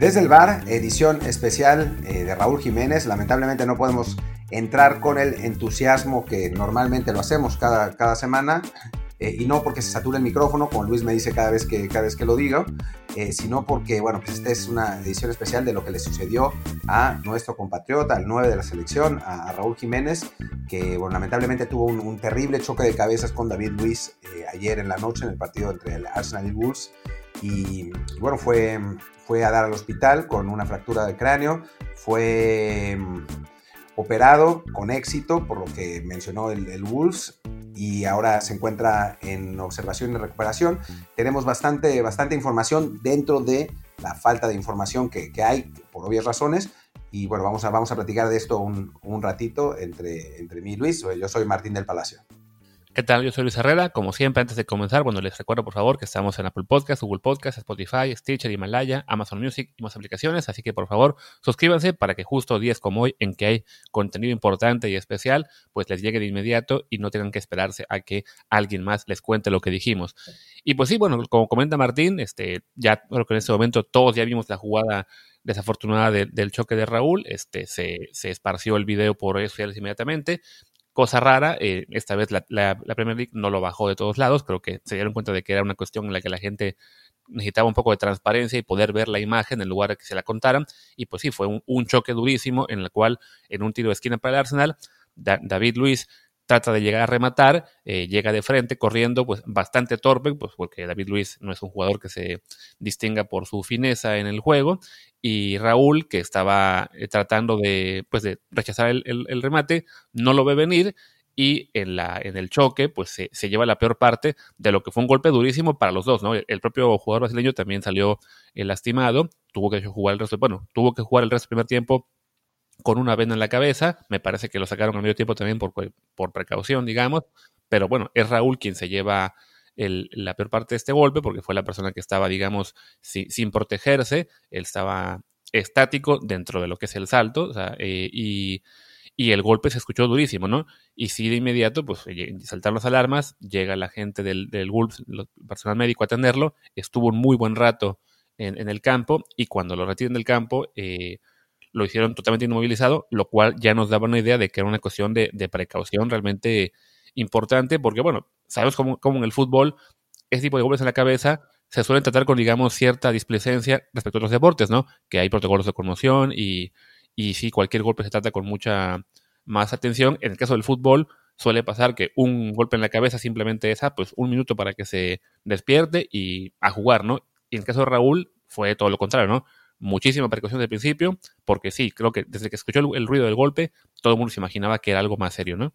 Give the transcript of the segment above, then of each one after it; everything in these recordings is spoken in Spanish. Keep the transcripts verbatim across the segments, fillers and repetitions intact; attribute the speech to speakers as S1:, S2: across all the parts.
S1: Desde el bar, edición especial eh, de Raúl Jiménez. Lamentablemente no podemos entrar con el entusiasmo que normalmente lo hacemos cada, cada semana, eh, y no porque se sature el micrófono, como Luis me dice cada vez que, cada vez que lo digo, eh, sino porque, bueno, pues esta es una edición especial de lo que le sucedió a nuestro compatriota, al nueve de la selección, a, a Raúl Jiménez, que, bueno, lamentablemente tuvo un, un terrible choque de cabezas con David Luiz eh, ayer en la noche en el partido entre el Arsenal y Wolves. Y, y bueno, fue, fue a dar al hospital con una fractura de cráneo, fue um, operado con éxito, por lo que mencionó el, el Wolves, y ahora se encuentra en observación y recuperación. Tenemos bastante, bastante información dentro de la falta de información que, que hay, por obvias razones, y bueno, vamos a, vamos a platicar de esto un, un ratito entre, entre mí y Luis. Yo soy Martín del Palacio.
S2: ¿Qué tal? Yo soy Luis Herrera. Como siempre, antes de comenzar, bueno, les recuerdo por favor que estamos en Apple Podcast, Google Podcast, Spotify, Stitcher, Himalaya, Amazon Music y más aplicaciones, así que por favor suscríbanse para que justo días como hoy, en que hay contenido importante y especial, pues les llegue de inmediato y no tengan que esperarse a que alguien más les cuente lo que dijimos. Y pues sí, bueno, como comenta Martín, este, ya creo que en este momento todos ya vimos la jugada desafortunada de, del choque de Raúl. Este, se, se esparció el video por redes sociales inmediatamente. Cosa rara, eh, esta vez la, la, la Premier League no lo bajó de todos lados. Creo que se dieron cuenta de que era una cuestión en la que la gente necesitaba un poco de transparencia y poder ver la imagen en lugar de que se la contaran. Y pues sí, fue un, un choque durísimo en el cual, en un tiro de esquina para el Arsenal, da, David Luiz trata de llegar a rematar, eh, llega de frente corriendo, pues bastante torpe, pues porque David Luiz no es un jugador que se distinga por su fineza en el juego, y Raúl, que estaba eh, tratando de, pues de rechazar el, el, el remate, no lo ve venir, y en, la, en el choque pues se, se lleva la peor parte de lo que fue un golpe durísimo para los dos, ¿no? El, el propio jugador brasileño también salió eh, lastimado, tuvo que jugar el resto, bueno, tuvo que jugar el resto del primer tiempo con una venda en la cabeza. Me parece que lo sacaron a medio tiempo también por, por precaución, digamos, pero bueno, es Raúl quien se lleva el, la peor parte de este golpe, porque fue la persona que estaba, digamos, si, sin protegerse. Él estaba estático dentro de lo que es el salto, o sea, eh, y, y el golpe se escuchó durísimo, ¿no? Y sí, de inmediato, pues saltaron las alarmas, llega la gente del, del Wolves, el personal médico a atenderlo, estuvo un muy buen rato en, en el campo, y cuando lo retiran del campo, eh, lo hicieron totalmente inmovilizado, lo cual ya nos daba una idea de que era una cuestión de, de precaución realmente importante, porque bueno, sabemos cómo, cómo en el fútbol ese tipo de golpes en la cabeza se suelen tratar con, digamos, cierta displicencia respecto a otros deportes, ¿no? Que hay protocolos de conmoción y, y sí, cualquier golpe se trata con mucha más atención. En el caso del fútbol suele pasar que un golpe en la cabeza simplemente es, ah, pues un minuto para que se despierte y a jugar, ¿no? Y en el caso de Raúl fue todo lo contrario, ¿no? Muchísima precaución desde el principio, porque sí, creo que desde que escuchó el, el ruido del golpe, todo el mundo se imaginaba que era algo más serio, ¿no?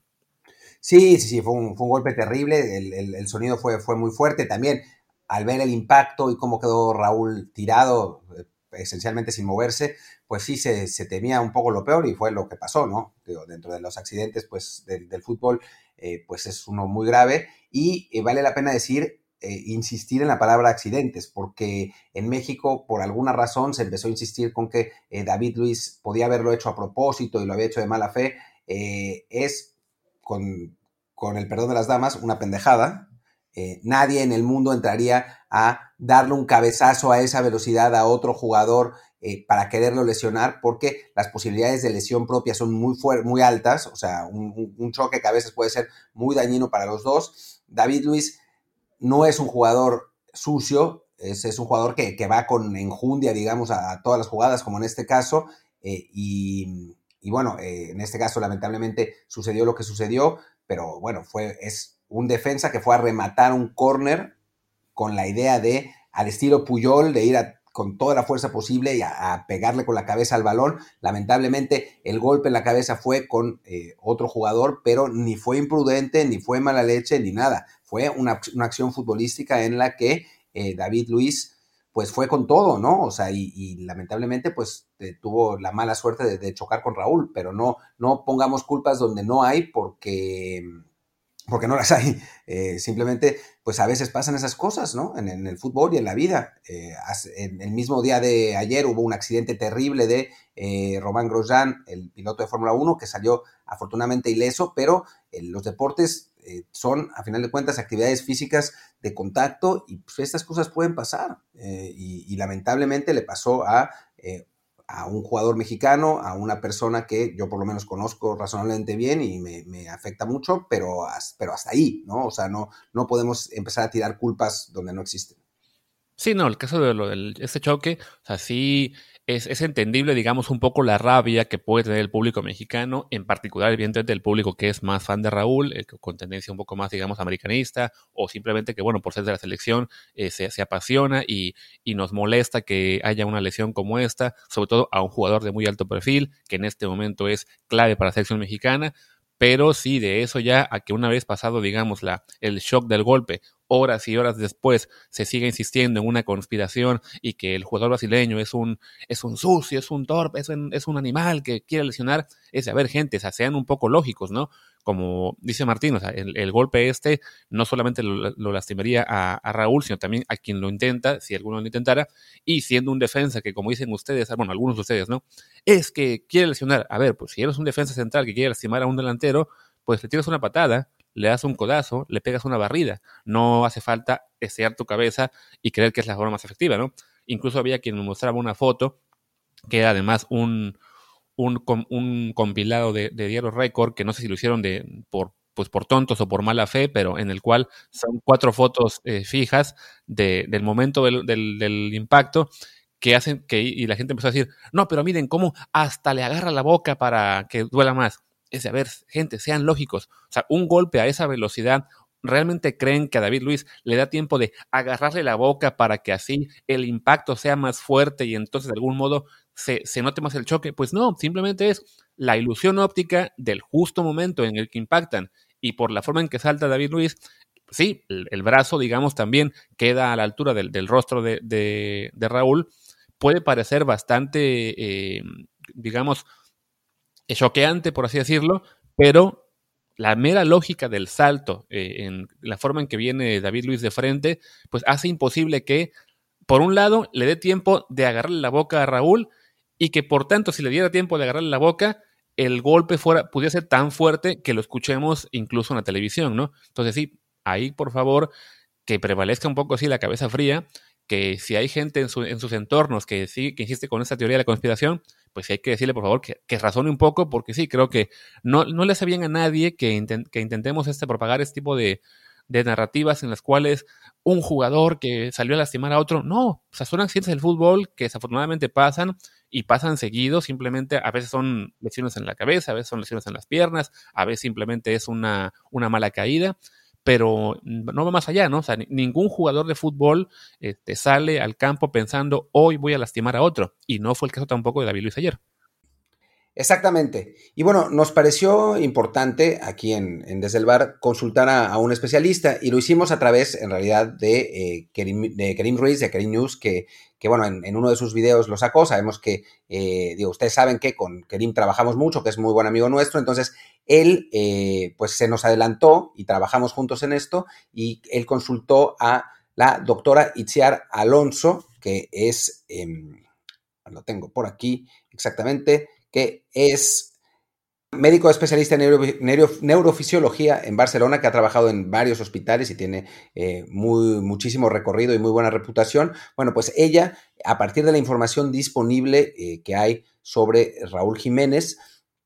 S1: Sí, sí, sí, fue un, fue un golpe terrible, el, el, el sonido fue, fue muy fuerte también. Al ver el impacto y cómo quedó Raúl tirado, eh, esencialmente sin moverse, pues sí se, se temía un poco lo peor, y fue lo que pasó, ¿no? Digo, dentro de los accidentes pues, del, del fútbol, eh, pues es uno muy grave, y eh, vale la pena decir, eh, insistir en la palabra accidentes, porque en México por alguna razón se empezó a insistir con que eh, David Luiz podía haberlo hecho a propósito y lo había hecho de mala fe. Eh, es, con, con el perdón de las damas, una pendejada. Eh, nadie en el mundo entraría a darle un cabezazo a esa velocidad a otro jugador eh, para quererlo lesionar, porque las posibilidades de lesión propia son muy, fuer- muy altas. O sea, un, un, un choque que a veces puede ser muy dañino para los dos. David Luiz no es un jugador sucio, es, es un jugador que, que va con enjundia, digamos, a, a todas las jugadas, como en este caso, eh, y, y bueno, eh, en este caso lamentablemente sucedió lo que sucedió, pero bueno, fue, es un defensa que fue a rematar un córner con la idea de, al estilo Puyol, de ir a, con toda la fuerza posible y a, a pegarle con la cabeza al balón. Lamentablemente el golpe en la cabeza fue con eh, otro jugador, pero ni fue imprudente, ni fue mala leche, ni nada. Fue una, una acción futbolística en la que eh, David Luiz pues fue con todo, ¿no? O sea, y, y lamentablemente pues eh, tuvo la mala suerte de, de chocar con Raúl, pero no, no pongamos culpas donde no hay, porque porque no las hay. Eh, simplemente, pues a veces pasan esas cosas, ¿no? En, en el fútbol y en la vida. Eh, en el mismo día de ayer hubo un accidente terrible de eh, Romain Grosjean, el piloto de Fórmula uno, que salió afortunadamente ileso, pero eh, los deportes eh, son, a final de cuentas, actividades físicas de contacto, y pues estas cosas pueden pasar. Eh, y, y lamentablemente le pasó a eh, a un jugador mexicano, a una persona que yo por lo menos conozco razonablemente bien y me, me afecta mucho, pero, pero hasta ahí, ¿no? O sea, no, no podemos empezar a tirar culpas donde no existen.
S2: Sí, no, el caso de lo del este choque, o sea, sí es, es entendible, digamos, un poco la rabia que puede tener el público mexicano, en particular, evidentemente, el público que es más fan de Raúl, el que con tendencia un poco más, digamos, americanista, o simplemente que, bueno, por ser de la selección, eh, se, se apasiona y, y nos molesta que haya una lesión como esta, sobre todo a un jugador de muy alto perfil, que en este momento es clave para la selección mexicana. Pero sí, de eso ya a que una vez pasado, digamos, la, el shock del golpe, horas y horas después se sigue insistiendo en una conspiración y que el jugador brasileño es un, es un sucio, es un torpe, es un, es un animal que quiere lesionar, es de, a ver, gente, o sea, sean un poco lógicos, ¿no? Como dice Martín, o sea, el, el golpe este no solamente lo, lo lastimaría a, a Raúl, sino también a quien lo intenta, si alguno lo intentara, y siendo un defensa que, como dicen ustedes, bueno, algunos de ustedes, ¿no? Es que quiere lesionar. A ver, pues si eres un defensa central que quiere lastimar a un delantero, pues le tiras una patada, le das un codazo, le pegas una barrida. No hace falta estirar tu cabeza y creer que es la forma más efectiva, ¿no? Incluso había quien me mostraba una foto que era además un, un, un compilado de, de Diario Record, que no sé si lo hicieron de, por, pues por tontos o por mala fe, pero en el cual son cuatro fotos eh, fijas de, del momento del, del, del impacto, que hacen que, y la gente empezó a decir, no, pero miren cómo hasta le agarra la boca para que duela más. Es de, a ver, gente, sean lógicos. O sea, un golpe a esa velocidad, ¿realmente creen que a David Luiz le da tiempo de agarrarle la boca para que así el impacto sea más fuerte y entonces de algún modo se, se note más el choque? Pues no, simplemente es la ilusión óptica del justo momento en el que impactan. Y por la forma en que salta David Luiz, sí, el, el brazo, digamos, también queda a la altura del, del rostro de, de, de Raúl. Puede parecer bastante, eh, digamos, choqueante, por así decirlo, pero la mera lógica del salto, eh, en la forma en que viene David Luiz de frente, pues hace imposible que, por un lado, le dé tiempo de agarrarle la boca a Raúl y que, por tanto, si le diera tiempo de agarrarle la boca, el golpe fuera, pudiera ser tan fuerte que lo escuchemos incluso en la televisión, ¿no? Entonces, sí, ahí, por favor, que prevalezca un poco así la cabeza fría, que si hay gente en, su, en sus entornos que sí, que insiste con esta teoría de la conspiración, pues sí hay que decirle, por favor, que, que razone un poco, porque sí, creo que no, no le hace bien a nadie que, intent, que intentemos este, propagar este tipo de, de narrativas en las cuales un jugador que salió a lastimar a otro, no, o sea, son accidentes del fútbol que desafortunadamente pasan y pasan seguido, simplemente a veces son lesiones en la cabeza, a veces son lesiones en las piernas, a veces simplemente es una, una mala caída, pero no va más allá, ¿no? O sea, ningún jugador de fútbol este, sale al campo pensando, hoy voy a lastimar a otro, y no fue el caso tampoco de David Luiz ayer.
S1: Exactamente. Y bueno, nos pareció importante aquí en, en Desde el Bar consultar a, a un especialista y lo hicimos a través, en realidad, de, eh, Kerim, de Kerim Ruiz, de Kerim News, que, que bueno, en, en uno de sus videos lo sacó. Sabemos que, eh, digo, ustedes saben que con Kerim trabajamos mucho, que es muy buen amigo nuestro, entonces él, eh, pues se nos adelantó y trabajamos juntos en esto y él consultó a la doctora Itziar Alonso, que es, eh, lo tengo por aquí exactamente, que es médico especialista en neuro, neuro, neurofisiología en Barcelona, que ha trabajado en varios hospitales y tiene eh, muy, muchísimo recorrido y muy buena reputación. Bueno, pues ella, a partir de la información disponible eh, que hay sobre Raúl Jiménez,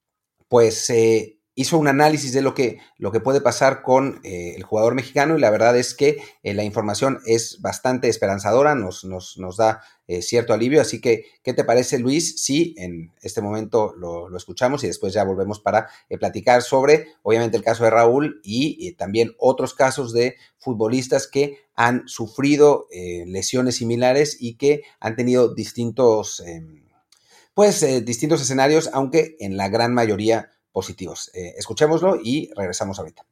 S1: pues eh, hizo un análisis de lo que, lo que puede pasar con eh, el jugador mexicano y la verdad es que eh, la información es bastante esperanzadora, nos, nos, nos da eh, cierto alivio, así que, ¿qué te parece, Luis? Si en este momento lo, lo escuchamos y después ya volvemos para eh, platicar sobre, obviamente, el caso de Raúl y eh, también otros casos de futbolistas que han sufrido eh, lesiones similares y que han tenido distintos, eh, pues, eh, distintos escenarios, aunque en la gran mayoría positivos. Eh, escuchémoslo y regresamos ahorita.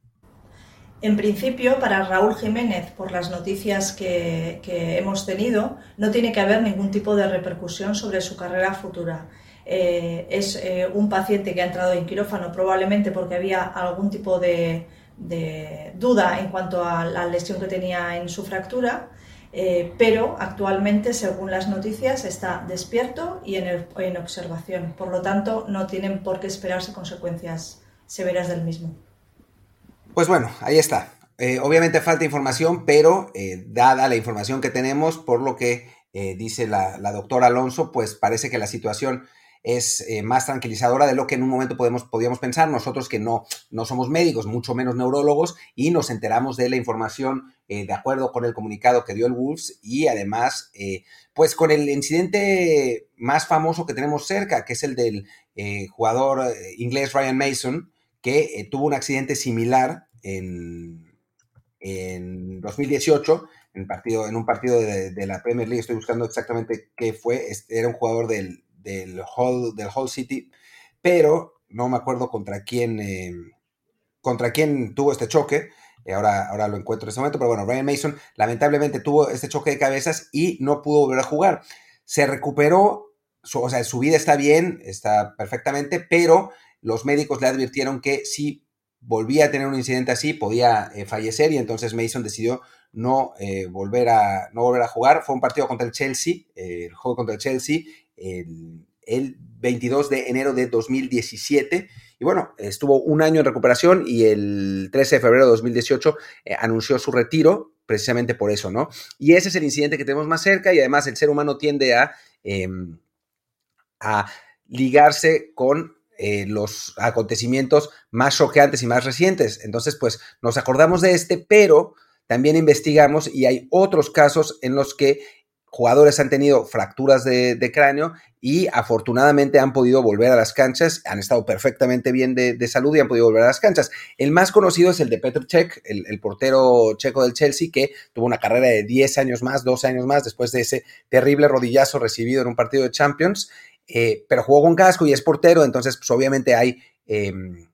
S3: En principio, para Raúl Jiménez, por las noticias que, que hemos tenido, no tiene que haber ningún tipo de repercusión sobre su carrera futura. Eh, es eh, un paciente que ha entrado en quirófano probablemente porque había algún tipo de, de duda en cuanto a la lesión que tenía en su fractura, eh, pero actualmente, según las noticias, está despierto y en, el, en observación. Por lo tanto, no tienen por qué esperarse consecuencias severas del mismo.
S1: Pues bueno, ahí está. Eh, obviamente falta información, pero eh, dada la información que tenemos, por lo que eh, dice la, la doctora Alonso, pues parece que la situación es eh, más tranquilizadora de lo que en un momento podemos, podíamos pensar nosotros que no, no somos médicos, mucho menos neurólogos, y nos enteramos de la información eh, de acuerdo con el comunicado que dio el Wolves y además eh, pues con el incidente más famoso que tenemos cerca, que es el del eh, jugador inglés Ryan Mason, que eh, tuvo un accidente similar en, en dos mil dieciocho en, partido, en un partido de, de la Premier League. Estoy buscando exactamente qué fue. Era un jugador del del Hull, del Hull City, pero no me acuerdo contra quién eh, contra quién tuvo este choque. Eh, ahora, ahora lo encuentro en este momento, pero bueno, Ryan Mason lamentablemente tuvo este choque de cabezas y no pudo volver a jugar. Se recuperó, su, o sea, su vida está bien, está perfectamente, pero los médicos le advirtieron que si volvía a tener un incidente así, podía eh, fallecer, y entonces Mason decidió no, eh, volver a, no volver a jugar. Fue un partido contra el Chelsea, eh, el juego contra el Chelsea, el, el veintidós de enero de dos mil diecisiete, y bueno, estuvo un año en recuperación y el trece de febrero de dos mil dieciocho eh, anunció su retiro, precisamente por eso, ¿no? Y ese es el incidente que tenemos más cerca, y además el ser humano tiende a, eh, a ligarse con eh, los acontecimientos más choqueantes y más recientes. Entonces, pues nos acordamos de este, pero también investigamos y hay otros casos en los que jugadores han tenido fracturas de, de cráneo y afortunadamente han podido volver a las canchas, han estado perfectamente bien de, de salud y han podido volver a las canchas. El más conocido es el de Petr Cech, el, el portero checo del Chelsea, que tuvo una carrera de diez años más, doce años más, después de ese terrible rodillazo recibido en un partido de Champions, eh, pero jugó con casco y es portero, entonces pues obviamente hay... Eh,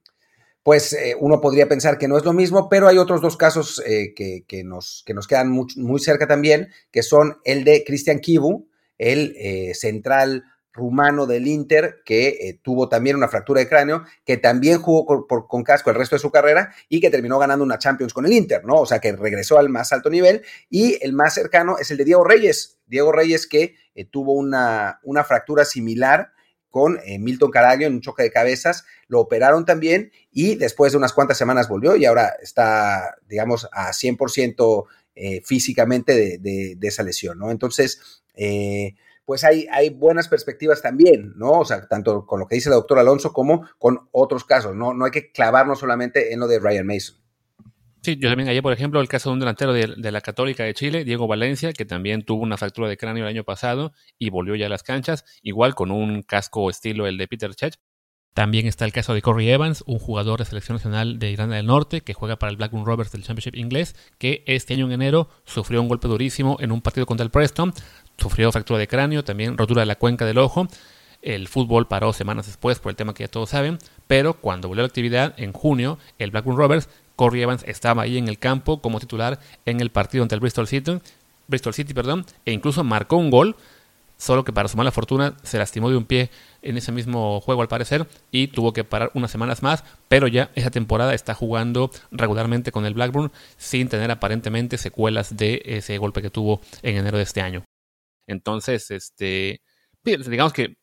S1: pues eh, uno podría pensar que no es lo mismo, pero hay otros dos casos eh, que, que, nos, que nos quedan muy, muy cerca también, que son el de Cristian Chivu, el eh, central rumano del Inter, que eh, tuvo también una fractura de cráneo, que también jugó con, por, con casco el resto de su carrera y que terminó ganando una Champions con el Inter, ¿no? O sea, que regresó al más alto nivel. Y el más cercano es el de Diego Reyes, Diego Reyes que eh, tuvo una, una fractura similar con eh, Milton Caraglio en un choque de cabezas, lo operaron también y después de unas cuantas semanas volvió y ahora está, digamos, a cien por ciento eh, físicamente de, de, de esa lesión, ¿no? Entonces, eh, pues hay, hay buenas perspectivas también, ¿no? O sea, tanto con lo que dice el doctor Alonso como con otros casos, ¿no? No hay que clavarnos solamente en lo de Ryan Mason.
S2: Sí, yo también hallé, por ejemplo, el caso de un delantero de, de la Católica de Chile, Diego Valencia, que también tuvo una fractura de cráneo el año pasado y volvió ya a las canchas, igual con un casco estilo el de Petr Cech. También está el caso de Corey Evans, un jugador de selección nacional de Irlanda del Norte que juega para el Blackburn Rovers del Championship inglés, que este año en enero sufrió un golpe durísimo en un partido contra el Preston, sufrió fractura de cráneo, también rotura de la cuenca del ojo. El fútbol paró semanas después por el tema que ya todos saben, pero cuando volvió a la actividad en junio, el Blackburn Rovers, Corey Evans estaba ahí en el campo como titular en el partido ante el Bristol City, Bristol City, perdón, e incluso marcó un gol, solo que para su mala fortuna se lastimó de un pie en ese mismo juego al parecer y tuvo que parar unas semanas más, pero ya esa temporada está jugando regularmente con el Blackburn sin tener aparentemente secuelas de ese golpe que tuvo en enero de este año. Entonces, este, digamos que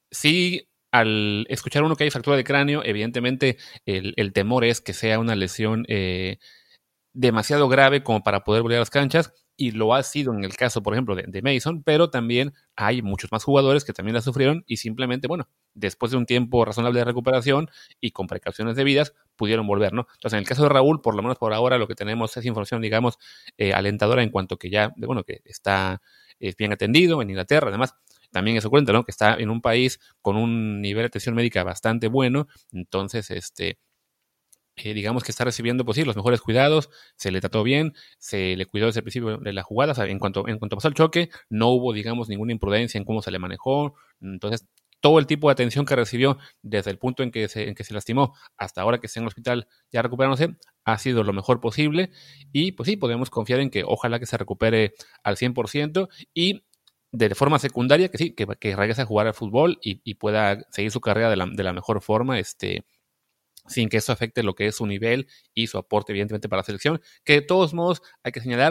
S2: sí, al escuchar uno que hay fractura de cráneo, evidentemente el, el temor es que sea una lesión eh, demasiado grave como para poder volver a las canchas, y lo ha sido en el caso, por ejemplo, de, de Mason, pero también hay muchos más jugadores que también la sufrieron y simplemente, bueno, después de un tiempo razonable de recuperación y con precauciones debidas, pudieron volver, ¿no? Entonces, en el caso de Raúl, por lo menos por ahora, lo que tenemos es información, digamos, eh, alentadora en cuanto que ya, bueno, que está eh, bien atendido en Inglaterra, además. También eso cuenta, ¿no? Que está en un país con un nivel de atención médica bastante bueno, entonces, este, eh, digamos que está recibiendo, pues sí, los mejores cuidados, se le trató bien, se le cuidó desde el principio de la jugada, o sea, en cuanto, en cuanto pasó el choque, no hubo, digamos, ninguna imprudencia en cómo se le manejó, entonces, todo el tipo de atención que recibió desde el punto en que se, en que se lastimó hasta ahora que está en el hospital ya recuperándose, ha sido lo mejor posible, y pues sí, podemos confiar en que ojalá que se recupere al cien por ciento, y de forma secundaria, que sí, que, que regrese a jugar al fútbol y, y pueda seguir su carrera de la, de la mejor forma, este, sin que eso afecte lo que es su nivel y su aporte, evidentemente, para la selección, que de todos modos hay que señalar,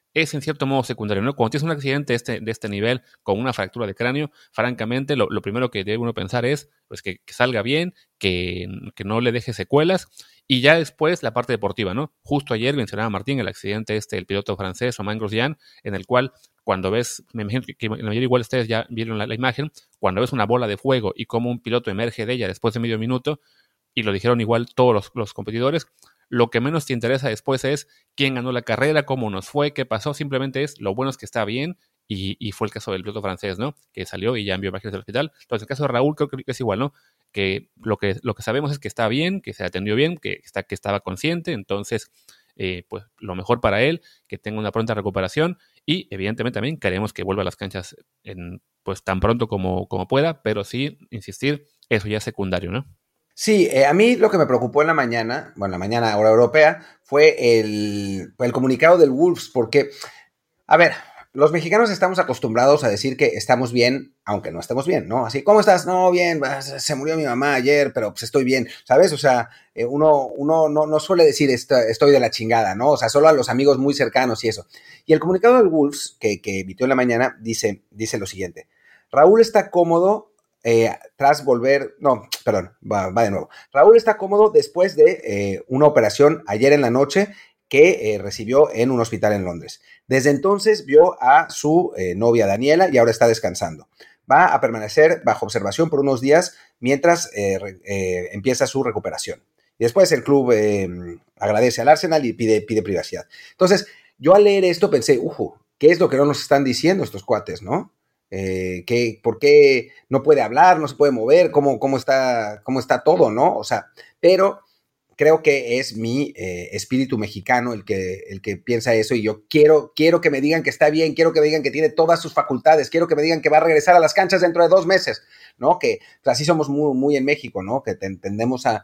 S2: es en cierto modo secundario, ¿no? Cuando tienes un accidente de este, de este nivel con una fractura de cráneo, francamente lo, lo primero que debe uno pensar es pues, que, que salga bien, que, que no le deje secuelas, y ya después la parte deportiva, ¿no? Justo ayer mencionaba Martín el accidente este del piloto francés Romain Grosjean, en el cual cuando ves, me imagino que, que la mayoría igual ustedes ya vieron la, la imagen, cuando ves una bola de fuego y cómo un piloto emerge de ella después de medio minuto, y lo dijeron igual todos los, los competidores, lo que menos te interesa después es quién ganó la carrera, cómo nos fue, qué pasó, simplemente es lo bueno es que está bien, y, y fue el caso del piloto francés, ¿no? Que salió y ya envió imágenes del hospital. Entonces, el caso de Raúl creo que es igual, ¿no? Que lo que, lo que sabemos es que está bien, que se atendió bien, que, está, que estaba consciente, entonces, eh, pues lo mejor para él, que tenga una pronta recuperación, y evidentemente también queremos que vuelva a las canchas en, pues tan pronto como, como pueda, pero sí, insistir, eso ya es secundario, ¿no?
S1: Sí, eh, a mí lo que me preocupó en la mañana, bueno, la mañana hora europea, fue el, el comunicado del Wolves, porque, a ver, los mexicanos estamos acostumbrados a decir que estamos bien, aunque no estemos bien, ¿no? Así, ¿cómo estás? No, bien, se murió mi mamá ayer, pero pues estoy bien, ¿sabes? O sea, eh, uno, uno no, no suele decir estoy de la chingada, ¿no? O sea, solo a los amigos muy cercanos y eso. Y el comunicado del Wolves, que, que emitió en la mañana, dice, dice lo siguiente: Raúl está cómodo Eh, tras volver, no, perdón, va, va de nuevo. Raúl está cómodo después de eh, una operación ayer en la noche que eh, recibió en un hospital en Londres. Desde entonces vio a su eh, novia Daniela y ahora está descansando. Va a permanecer bajo observación por unos días mientras eh, eh, empieza su recuperación. Y después el club eh, agradece al Arsenal y pide, pide privacidad. Entonces, yo al leer esto pensé, ujú, ¿qué es lo que no nos están diciendo estos cuates, no? Eh, que, ¿por qué no puede hablar, no se puede mover, cómo, cómo, está, cómo está todo, ¿no? O sea, pero creo que es mi eh, espíritu mexicano el que, el que piensa eso, y yo quiero, quiero que me digan que está bien, quiero que me digan que tiene todas sus facultades, quiero que me digan que va a regresar a las canchas dentro de dos meses, ¿no? Que pues, así somos muy, muy en México, ¿no? Que tendemos a,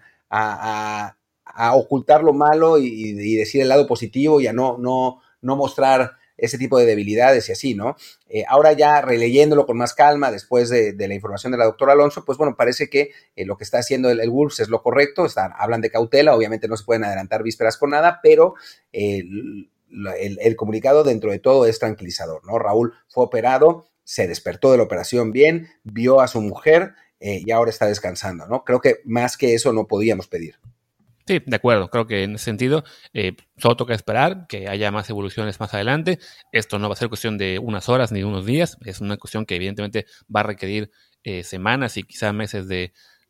S1: a, a, a ocultar lo malo y, y decir el lado positivo y a no, no, no mostrar ese tipo de debilidades y así, ¿no? Eh, ahora ya releyéndolo con más calma después de, de la información de la doctora Alonso, pues bueno, parece que eh, lo que está haciendo el, el Wolves es lo correcto, están, hablan de cautela, obviamente no se pueden adelantar vísperas con nada, pero eh, el, el comunicado dentro de todo es tranquilizador, ¿no? Raúl fue operado, se despertó de la operación bien, vio a su mujer eh, y ahora está descansando, ¿no? Creo que más que eso no podíamos pedir.
S2: Sí, de acuerdo. Creo que en ese sentido eh, solo toca esperar que haya más evoluciones más adelante. Esto no va a ser cuestión de unas horas ni de unos días. Es una cuestión que evidentemente va a requerir eh, semanas y quizá meses de,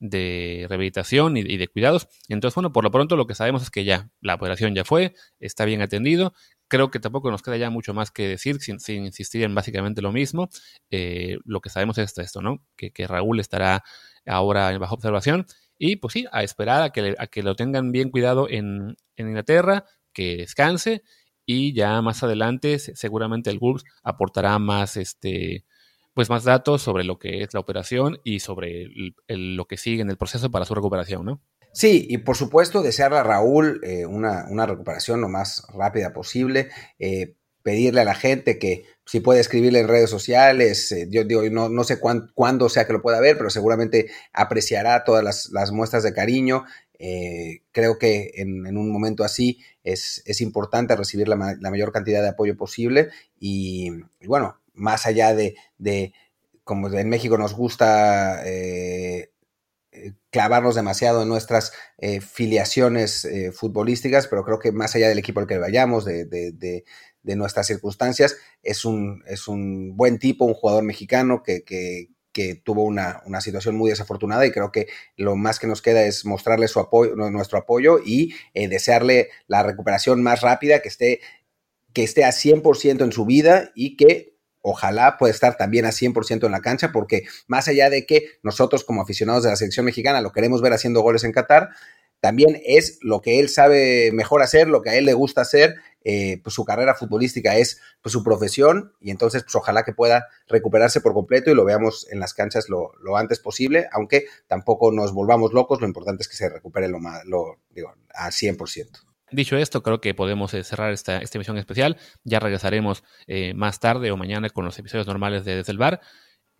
S2: de rehabilitación y, y de cuidados. Entonces, bueno, por lo pronto lo que sabemos es que ya la operación ya fue, está bien atendido. Creo que tampoco nos queda ya mucho más que decir sin, sin insistir en básicamente lo mismo. Eh, lo que sabemos es esto, ¿no? Que, que Raúl estará ahora bajo observación. Y pues sí, a esperar a que, le, a que lo tengan bien cuidado en, en Inglaterra, que descanse, y ya más adelante seguramente el Wolves aportará más, este, pues más datos sobre lo que es la operación y sobre el, el, lo que sigue en el proceso para su recuperación, ¿no?
S1: Sí, y por supuesto desearle a Raúl eh, una, una recuperación lo más rápida posible, eh, pedirle a la gente que si puede escribirle en redes sociales, eh, yo digo, no, no sé cuán, cuándo sea que lo pueda ver, pero seguramente apreciará todas las, las muestras de cariño. Eh, creo que en, en un momento así es, es importante recibir la, la mayor cantidad de apoyo posible y, y bueno, más allá de, de, como en México nos gusta eh, clavarnos demasiado en nuestras eh, filiaciones eh, futbolísticas, pero creo que más allá del equipo al que vayamos, de, de, de, de nuestras circunstancias, es un, es un buen tipo, un jugador mexicano que, que, que tuvo una, una situación muy desafortunada, y creo que lo más que nos queda es mostrarle su apoyo, nuestro apoyo y eh, desearle la recuperación más rápida, que esté, que esté a cien por ciento en su vida y que ojalá pueda estar también a cien por ciento en la cancha, porque más allá de que nosotros como aficionados de la selección mexicana lo queremos ver haciendo goles en Qatar, también es lo que él sabe mejor hacer, lo que a él le gusta hacer, eh, pues su carrera futbolística es pues su profesión, y entonces pues ojalá que pueda recuperarse por completo y lo veamos en las canchas lo, lo antes posible, aunque tampoco nos volvamos locos, lo importante es que se recupere lo más, lo, digo, al cien por ciento.
S2: Dicho esto, creo que podemos eh, cerrar esta, esta emisión especial. Ya regresaremos eh, más tarde o mañana con los episodios normales de Desde el Bar.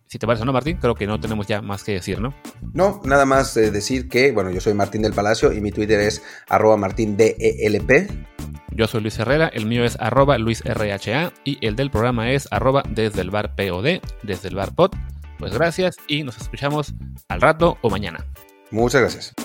S2: si te parece o no, Martín, creo que no tenemos ya más que decir, ¿no?
S1: No, nada más eh, decir que, bueno, yo soy Martín del Palacio y mi Twitter es arroba martindelp.
S2: Yo soy Luis Herrera, el mío es arroba luisrha y el del programa es arroba desde el bar pod, desde el bar pod. Pues gracias y nos escuchamos al rato o mañana.
S1: Muchas gracias.